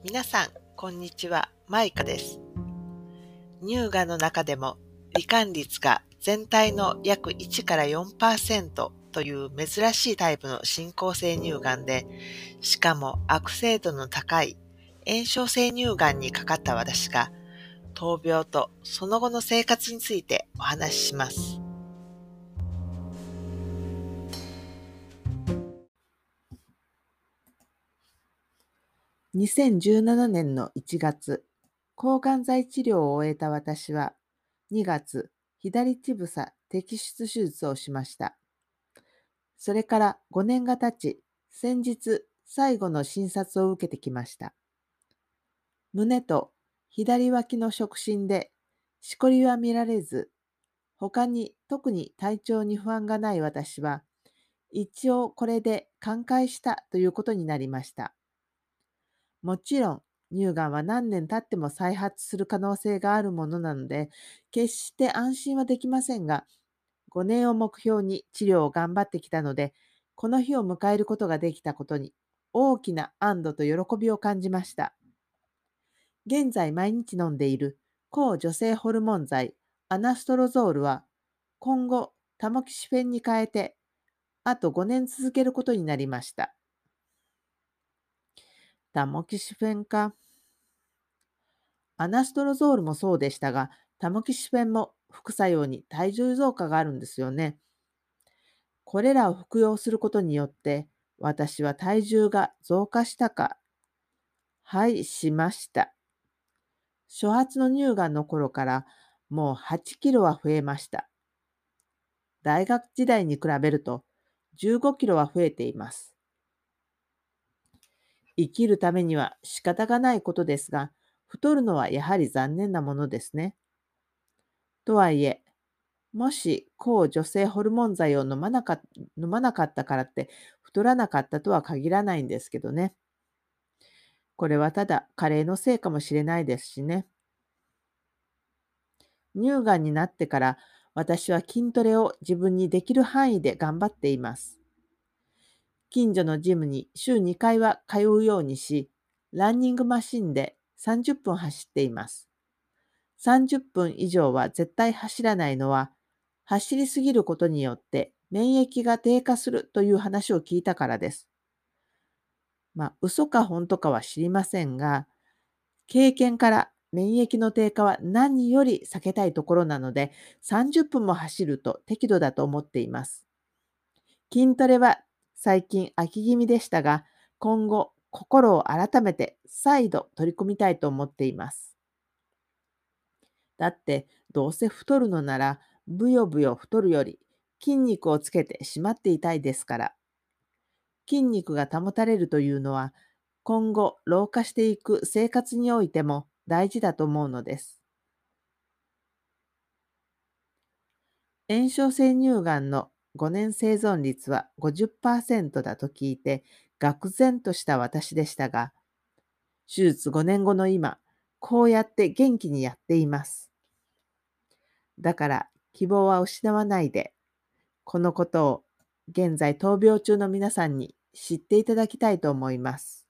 皆さん、こんにちは。マイカです。乳がんの中でも、罹患率が全体の約1から4%という珍しいタイプの進行性乳がんで、しかも悪性度の高い炎症性乳がんにかかった私が、闘病とその後の生活についてお話しします。2017年の1月、抗がん剤治療を終えた私は、2月、左乳房摘出手術をしました。それから5年が経ち、先日最後の診察を受けてきました。胸と左脇の触診でしこりは見られず、他に特に体調に不安がない私は、一応これで寛解したということになりました。もちろん、乳がんは何年経っても再発する可能性があるものなので、決して安心はできませんが、5年を目標に治療を頑張ってきたので、この日を迎えることができたことに、大きな安堵と喜びを感じました。現在毎日飲んでいる抗女性ホルモン剤アナストロゾールは、今後タモキシフェンに変えて、あと5年続けることになりました。タモキシフェンか。アナストロゾールもそうでしたが、タモキシフェンも副作用に体重増加があるんですよね。これらを服用することによって、私は体重が増加したか。はい、しました。初発の乳がんの頃からもう8キロは増えました。大学時代に比べると15キロは増えています。生きるためには仕方がないことですが、太るのはやはり残念なものですね。とはいえ、もし抗女性ホルモン剤を飲まなかったからって太らなかったとは限らないんですけどね。これはただ加齢のせいかもしれないですしね。乳がんになってから私は筋トレを自分にできる範囲で頑張っています。近所のジムに週2回は通うようにし、ランニングマシンで30分走っています。30分以上は絶対走らないのは、走りすぎることによって免疫が低下するという話を聞いたからです。嘘か本当かは知りませんが、経験から免疫の低下は何より避けたいところなので、30分も走ると適度だと思っています。筋トレは最近飽き気味でしたが、今後心を改めて再度取り組みたいと思っています。だってどうせ太るのならブヨブヨ太るより筋肉をつけてしまっていたいですから。筋肉が保たれるというのは今後老化していく生活においても大事だと思うのです。炎症性乳がんの5年生存率は50%だと聞いて愕然とした私でしたが、手術5年後の今、こうやって元気にやっています。だから希望は失わないで、このことを現在闘病中の皆さんに知っていただきたいと思います。